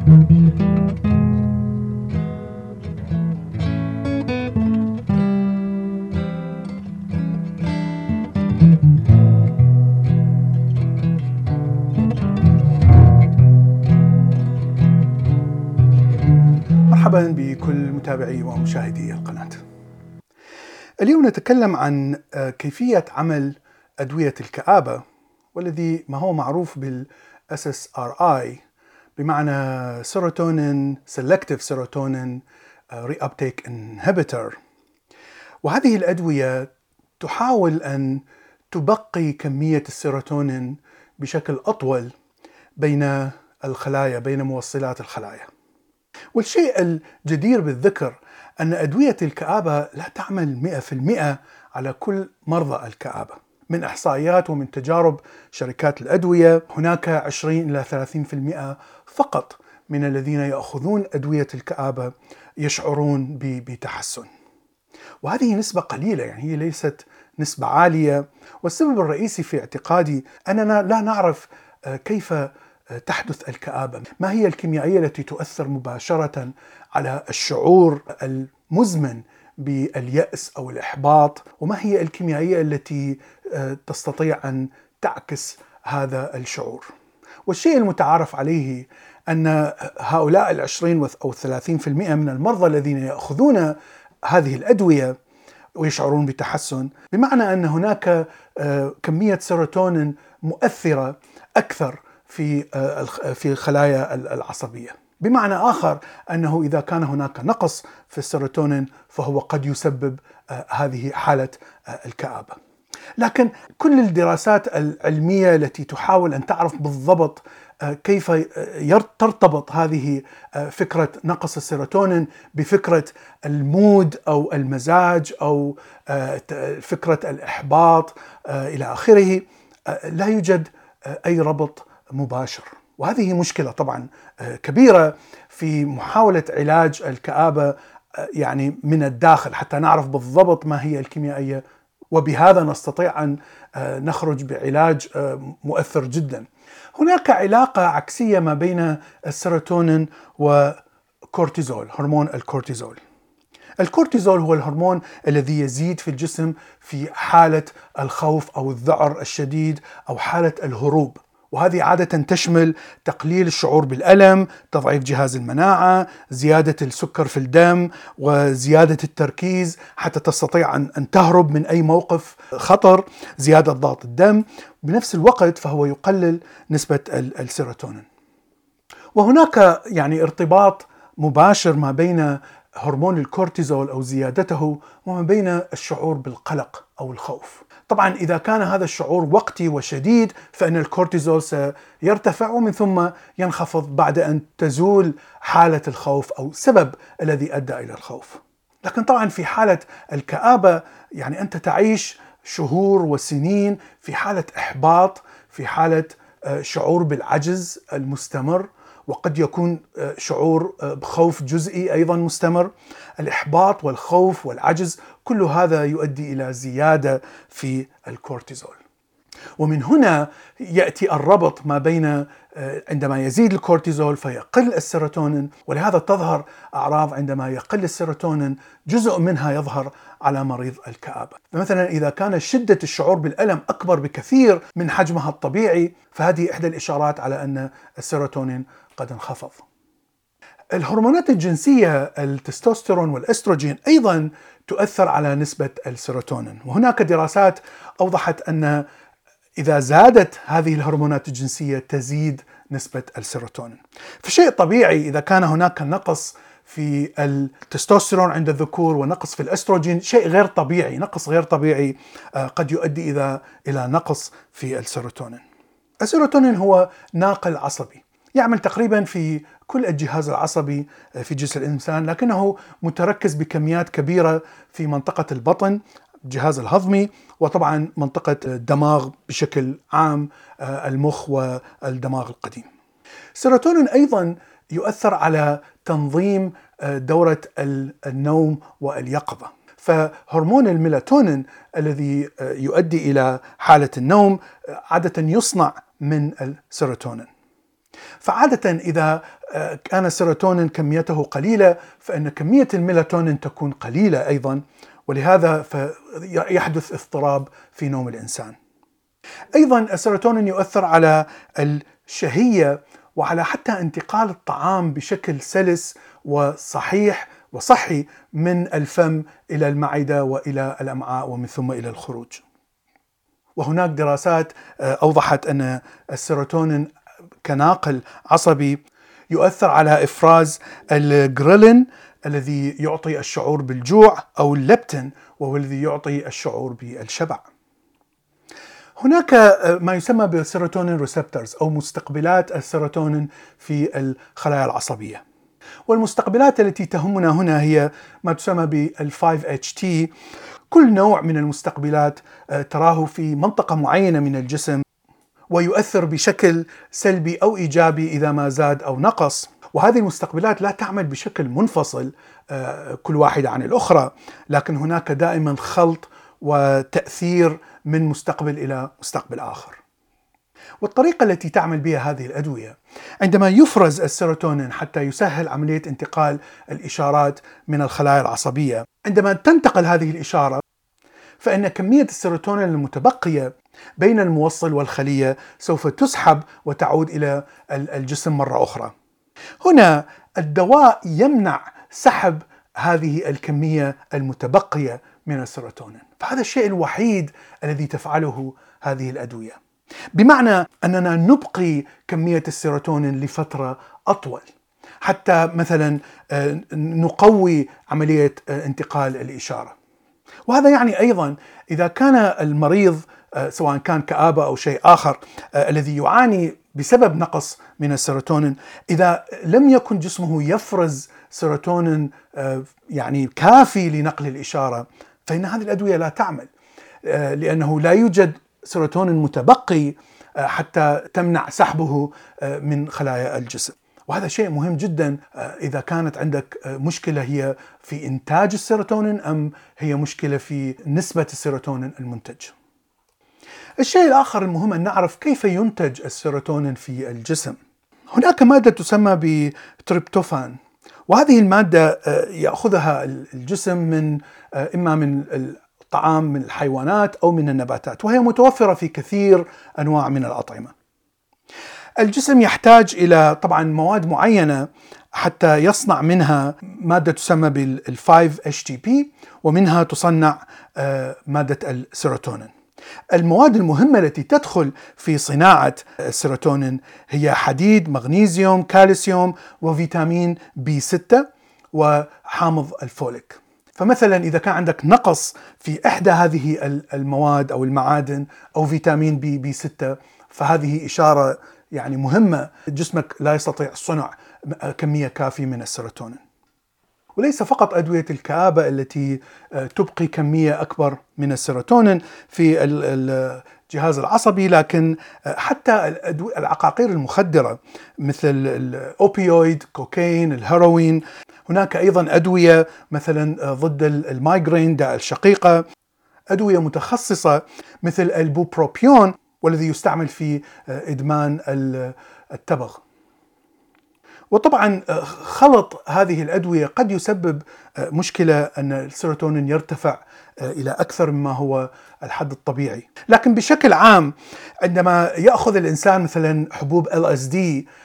مرحبا بكل متابعي ومشاهدي القناة. اليوم نتكلم عن كيفية عمل أدوية الكآبة، والذي ما هو معروف بال SSRI، بمعنى Serotonin Selective Serotonin Reuptake Inhibitor. وهذه الأدوية تحاول أن تبقي كمية السيروتونين بشكل أطول بين الخلايا، بين موصلات الخلايا. والشيء الجدير بالذكر أن أدوية الكآبة لا تعمل 100% على كل مرضى الكآبة. من إحصائيات ومن تجارب شركات الأدوية، هناك 20 إلى 30% فقط من الذين يأخذون أدوية الكآبة يشعرون بتحسن. وهذه نسبة قليلة، يعني هي ليست نسبة عالية. والسبب الرئيسي في اعتقادي أننا لا نعرف كيف تحدث الكآبة، ما هي الكيميائية التي تؤثر مباشرة على الشعور المزمن باليأس أو الإحباط، وما هي الكيميائية التي تستطيع أن تعكس هذا الشعور. والشيء المتعارف عليه أن هؤلاء 20 أو 30% من المرضى الذين يأخذون هذه الأدوية ويشعرون بتحسن، بمعنى أن هناك كمية سيروتونين مؤثرة أكثر في خلايا العصبية. بمعنى آخر أنه إذا كان هناك نقص في السيروتونين فهو قد يسبب هذه حالة الكآبة. لكن كل الدراسات العلمية التي تحاول أن تعرف بالضبط كيف ترتبط هذه فكرة نقص السيروتونين بفكرة المود أو المزاج أو فكرة الإحباط إلى آخره، لا يوجد أي ربط مباشر. وهذه مشكلة طبعا كبيرة في محاولة علاج الكآبة، يعني من الداخل، حتى نعرف بالضبط ما هي الكيميائية، وبهذا نستطيع أن نخرج بعلاج مؤثر جدا. هناك علاقة عكسية ما بين السيروتونين وكورتيزول، هرمون الكورتيزول. الكورتيزول هو الهرمون الذي يزيد في الجسم في حالة الخوف أو الذعر الشديد أو حالة الهروب، وهذه عادة تشمل تقليل الشعور بالألم، تضعيف جهاز المناعة، زيادة السكر في الدم، وزيادة التركيز حتى تستطيع أن تهرب من أي موقف خطر، زيادة ضغط الدم. بنفس الوقت فهو يقلل نسبة السيروتونين. وهناك يعني ارتباط مباشر ما بين هرمون الكورتيزول أو زيادته وما بين الشعور بالقلق أو الخوف. طبعا إذا كان هذا الشعور وقتي وشديد فإن الكورتيزول سيرتفع ومن ثم ينخفض بعد أن تزول حالة الخوف أو السبب الذي أدى إلى الخوف. لكن طبعا في حالة الكآبة يعني أنت تعيش شهور وسنين في حالة إحباط، في حالة شعور بالعجز المستمر، وقد يكون شعور بخوف جزئي أيضا مستمر. الإحباط والخوف والعجز كل هذا يؤدي إلى زيادة في الكورتيزول. ومن هنا يأتي الربط ما بين عندما يزيد الكورتيزول فيقل السيروتونين، ولهذا تظهر أعراض عندما يقل السيروتونين، جزء منها يظهر على مريض الكآبة. مثلا إذا كان شدة الشعور بالألم أكبر بكثير من حجمها الطبيعي فهذه إحدى الإشارات على أن السيروتونين قد انخفض. الهرمونات الجنسية التستوستيرون والأستروجين أيضا تؤثر على نسبة السيروتونين، وهناك دراسات أوضحت أن إذا زادت هذه الهرمونات الجنسية تزيد نسبة السيروتونين. فشيء طبيعي إذا كان هناك نقص في التستوستيرون عند الذكور ونقص في الأستروجين، شيء غير طبيعي، نقص غير طبيعي قد يؤدي إلى نقص في السيروتونين. السيروتونين هو ناقل عصبي يعمل تقريبا في كل الجهاز العصبي في جسم الإنسان، لكنه متركز بكميات كبيرة في منطقة البطن، الجهاز الهضمي، وطبعا منطقة الدماغ بشكل عام، المخ والدماغ القديم. السيروتونين أيضا يؤثر على تنظيم دورة النوم واليقظة. فهرمون الميلاتونين الذي يؤدي إلى حالة النوم عادة يصنع من السيروتونين. فعادة إذا كان السيروتونين كميته قليلة فإن كمية الميلاتونين تكون قليلة أيضا، ولهذا يحدث اضطراب في نوم الإنسان. أيضا السيروتونين يؤثر على الشهية وعلى حتى انتقال الطعام بشكل سلس وصحيح وصحي من الفم إلى المعدة وإلى الأمعاء ومن ثم إلى الخروج. وهناك دراسات أوضحت أن السيروتونين كناقل عصبي يؤثر على إفراز الجريلين الذي يعطي الشعور بالجوع، أو الليبتين وهو الذي يعطي الشعور بالشبع. هناك ما يسمى بالسيروتونين ريسبتورز أو مستقبلات السيروتونين في الخلايا العصبية، والمستقبلات التي تهمنا هنا هي ما تسمى بال5-HT. كل نوع من المستقبلات تراه في منطقة معينة من الجسم ويؤثر بشكل سلبي أو إيجابي إذا ما زاد أو نقص، وهذه المستقبلات لا تعمل بشكل منفصل كل واحدة عن الأخرى، لكن هناك دائما خلط وتأثير من مستقبل إلى مستقبل آخر. والطريقة التي تعمل بها هذه الأدوية عندما يفرز السيروتونين حتى يسهل عملية انتقال الإشارات من الخلايا العصبية، عندما تنتقل هذه الإشارة فإن كمية السيروتونين المتبقية بين الموصل والخلية سوف تسحب وتعود إلى الجسم مرة أخرى. هنا الدواء يمنع سحب هذه الكمية المتبقية من السيروتونين، فهذا الشيء الوحيد الذي تفعله هذه الأدوية، بمعنى أننا نبقي كمية السيروتونين لفترة أطول حتى مثلا نقوي عملية انتقال الإشارة. وهذا يعني أيضا إذا كان المريض سواء كان كآبة أو شيء آخر الذي يعاني بسبب نقص من السيروتونين، إذا لم يكن جسمه يفرز سيروتونين يعني كافي لنقل الإشارة، فإن هذه الأدوية لا تعمل، لأنه لا يوجد سيروتونين متبقي حتى تمنع سحبه من خلايا الجسم. وهذا شيء مهم جدا إذا كانت عندك مشكلة هي في إنتاج السيروتونين أم هي مشكلة في نسبة السيروتونين المنتج. الشيء الآخر المهم أن نعرف كيف ينتج السيروتونين في الجسم. هناك مادة تسمى بتريبتوفان، وهذه المادة يأخذها الجسم من إما من الطعام من الحيوانات أو من النباتات، وهي متوفرة في كثير أنواع من الأطعمة. الجسم يحتاج إلى طبعا مواد معينة حتى يصنع منها مادة تسمى بال5-HTP، ومنها تصنع مادة السيروتونين. المواد المهمة التي تدخل في صناعة السيروتونين هي حديد، مغنيسيوم، كالسيوم، وفيتامين B6 وحامض الفوليك. فمثلا إذا كان عندك نقص في إحدى هذه المواد أو المعادن أو فيتامين B6، فهذه إشارة يعني مهمة، جسمك لا يستطيع صنع كمية كافية من السيروتونين. وليس فقط أدوية الكآبة التي تبقي كمية أكبر من السيروتونين في الجهاز العصبي، لكن حتى العقاقير المخدرة مثل الأوبيويد، كوكايين، الهيروين. هناك أيضا أدوية مثلا ضد المايغرين، داء الشقيقة، أدوية متخصصة مثل البوبروبيون والذي يستعمل في إدمان التبغ. وطبعا خلط هذه الأدوية قد يسبب مشكلة أن السيروتونين يرتفع إلى أكثر مما هو الحد الطبيعي. لكن بشكل عام عندما يأخذ الإنسان مثلا حبوب LSD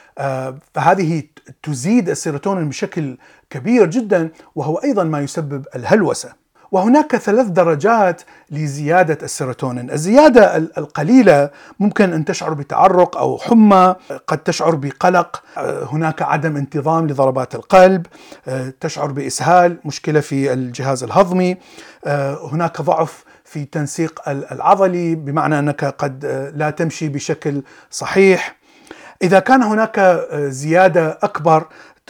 فهذه تزيد السيروتونين بشكل كبير جدا، وهو أيضا ما يسبب الهلوسة. وهناك 3 درجات لزيادة السيروتونين. الزيادة القليلة ممكن أن تشعر بتعرق أو حمى، قد تشعر بقلق، هناك عدم انتظام لضربات القلب، تشعر بإسهال، مشكلة في الجهاز الهضمي، هناك ضعف في التنسيق العضلي بمعنى أنك قد لا تمشي بشكل صحيح. إذا كان هناك زيادة أكبر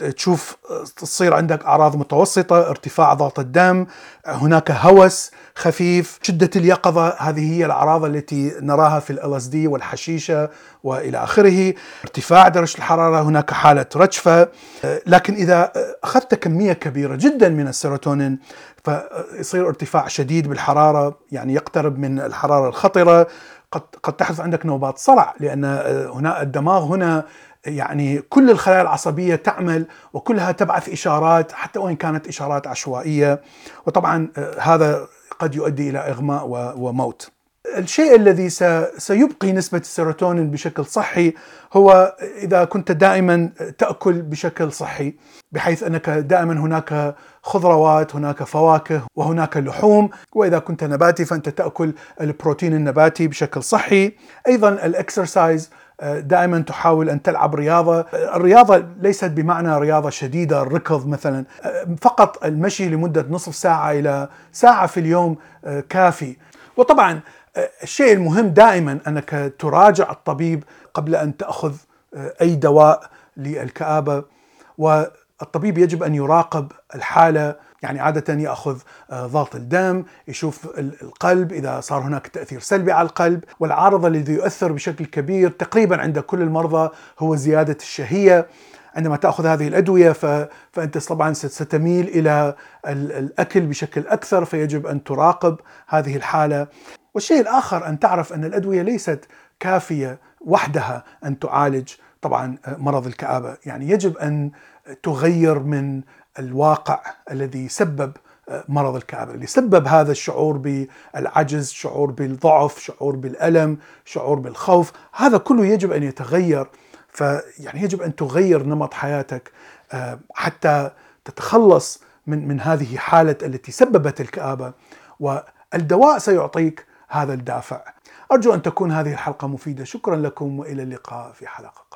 تصير عندك أعراض متوسطة، ارتفاع ضغط الدم، هناك هوس خفيف، شدة اليقظة، هذه هي الأعراض التي نراها في LSD والحشيشة وإلى آخره، ارتفاع درجة الحرارة، هناك حالة رجفة. لكن إذا أخذت كمية كبيرة جدا من السيروتونين فيصير ارتفاع شديد بالحرارة، يعني يقترب من الحرارة الخطرة، قد تحدث عندك نوبات صرع، لأن هنا الدماغ هنا يعني كل الخلايا العصبية تعمل وكلها تبعث إشارات حتى وإن كانت إشارات عشوائية، وطبعا هذا قد يؤدي إلى إغماء وموت. الشيء الذي سيبقي نسبة السيروتونين بشكل صحي هو إذا كنت دائما تأكل بشكل صحي، بحيث أنك دائما هناك خضروات، هناك فواكه، وهناك لحوم. وإذا كنت نباتي فأنت تأكل البروتين النباتي بشكل صحي. أيضا الإكسرسايز، دائما تحاول أن تلعب رياضة. الرياضة ليست بمعنى رياضة شديدة، الركض مثلا، فقط المشي لمدة نصف ساعة إلى ساعة في اليوم كافي. وطبعا الشيء المهم دائما أنك تراجع الطبيب قبل أن تأخذ أي دواء للكآبة، والطبيب يجب أن يراقب الحالة، يعني عادة يأخذ ضغط الدم، يشوف القلب إذا صار هناك تأثير سلبي على القلب. والعارض الذي يؤثر بشكل كبير تقريبا عند كل المرضى هو زيادة الشهية. عندما تأخذ هذه الأدوية فأنت طبعا ستميل إلى الأكل بشكل أكثر، فيجب أن تراقب هذه الحالة. والشيء الآخر أن تعرف أن الأدوية ليست كافية وحدها أن تعالج طبعا مرض الكآبة، يعني يجب أن تغير من الواقع الذي سبب مرض الكآبة، اللي سبب هذا الشعور بالعجز، شعور بالضعف، شعور بالألم، شعور بالخوف. هذا كله يجب أن يتغير. فيعني يجب أن تغير نمط حياتك حتى تتخلص من هذه حالة التي سببت الكآبة، والدواء سيعطيك هذا الدافع. أرجو أن تكون هذه الحلقة مفيدة. شكرا لكم وإلى اللقاء في حلقة.